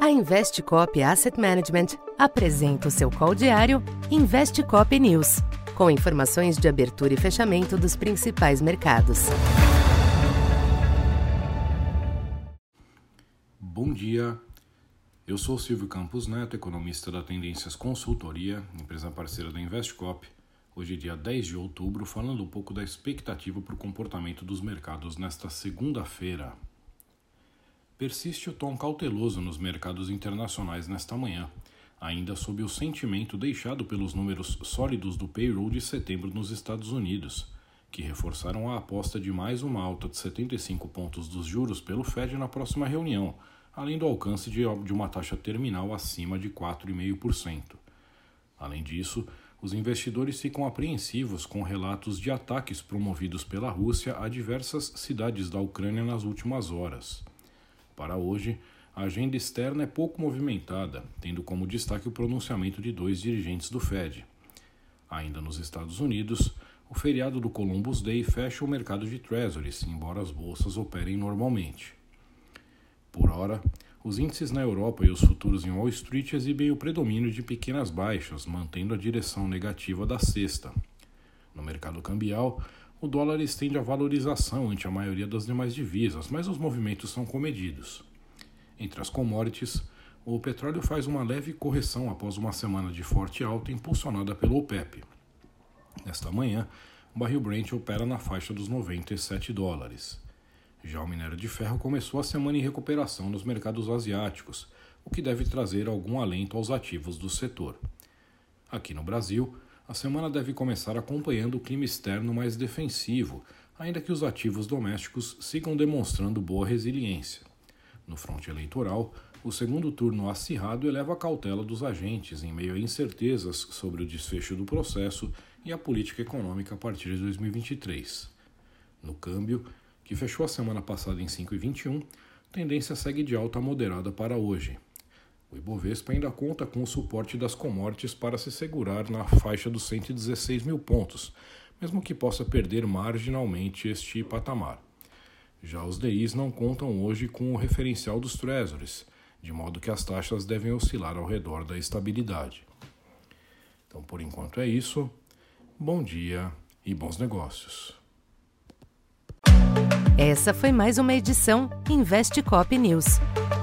A Investcop Asset Management apresenta o seu call diário Investcop News, com informações de abertura e fechamento dos principais mercados. Bom dia, eu sou Silvio Campos Neto, economista da Tendências Consultoria, empresa parceira da Investcop. Hoje é dia 10 de outubro, falando um pouco da expectativa para o comportamento dos mercados nesta segunda-feira. Persiste o tom cauteloso nos mercados internacionais nesta manhã, ainda sob o sentimento deixado pelos números sólidos do payroll de setembro nos Estados Unidos, que reforçaram a aposta de mais uma alta de 75 pontos dos juros pelo Fed na próxima reunião, além do alcance de uma taxa terminal acima de 4,5%. Além disso, os investidores ficam apreensivos com relatos de ataques promovidos pela Rússia a diversas cidades da Ucrânia nas últimas horas. Para hoje, a agenda externa é pouco movimentada, tendo como destaque o pronunciamento de 2 dirigentes do Fed. Ainda nos Estados Unidos, o feriado do Columbus Day fecha o mercado de Treasuries, embora as bolsas operem normalmente. Por hora, os índices na Europa e os futuros em Wall Street exibem o predomínio de pequenas baixas, mantendo a direção negativa da sexta. No mercado cambial, o dólar estende a valorização ante a maioria das demais divisas, mas os movimentos são comedidos. Entre as commodities, o petróleo faz uma leve correção após uma semana de forte alta impulsionada pelo OPEP. Nesta manhã, o barril Brent opera na faixa dos $97. Já o minério de ferro começou a semana em recuperação nos mercados asiáticos, o que deve trazer algum alento aos ativos do setor. Aqui no Brasil, a semana deve começar acompanhando o clima externo mais defensivo, ainda que os ativos domésticos sigam demonstrando boa resiliência. No fronte eleitoral, o segundo turno acirrado eleva a cautela dos agentes em meio a incertezas sobre o desfecho do processo e a política econômica a partir de 2023. No câmbio, que fechou a semana passada em 5,21, tendência segue de alta moderada para hoje. O Ibovespa ainda conta com o suporte das commodities para se segurar na faixa dos 116 mil pontos, mesmo que possa perder marginalmente este patamar. Já os DIs não contam hoje com o referencial dos Treasuries, de modo que as taxas devem oscilar ao redor da estabilidade. Então, por enquanto é isso. Bom dia e bons negócios. Essa foi mais uma edição Investcop News.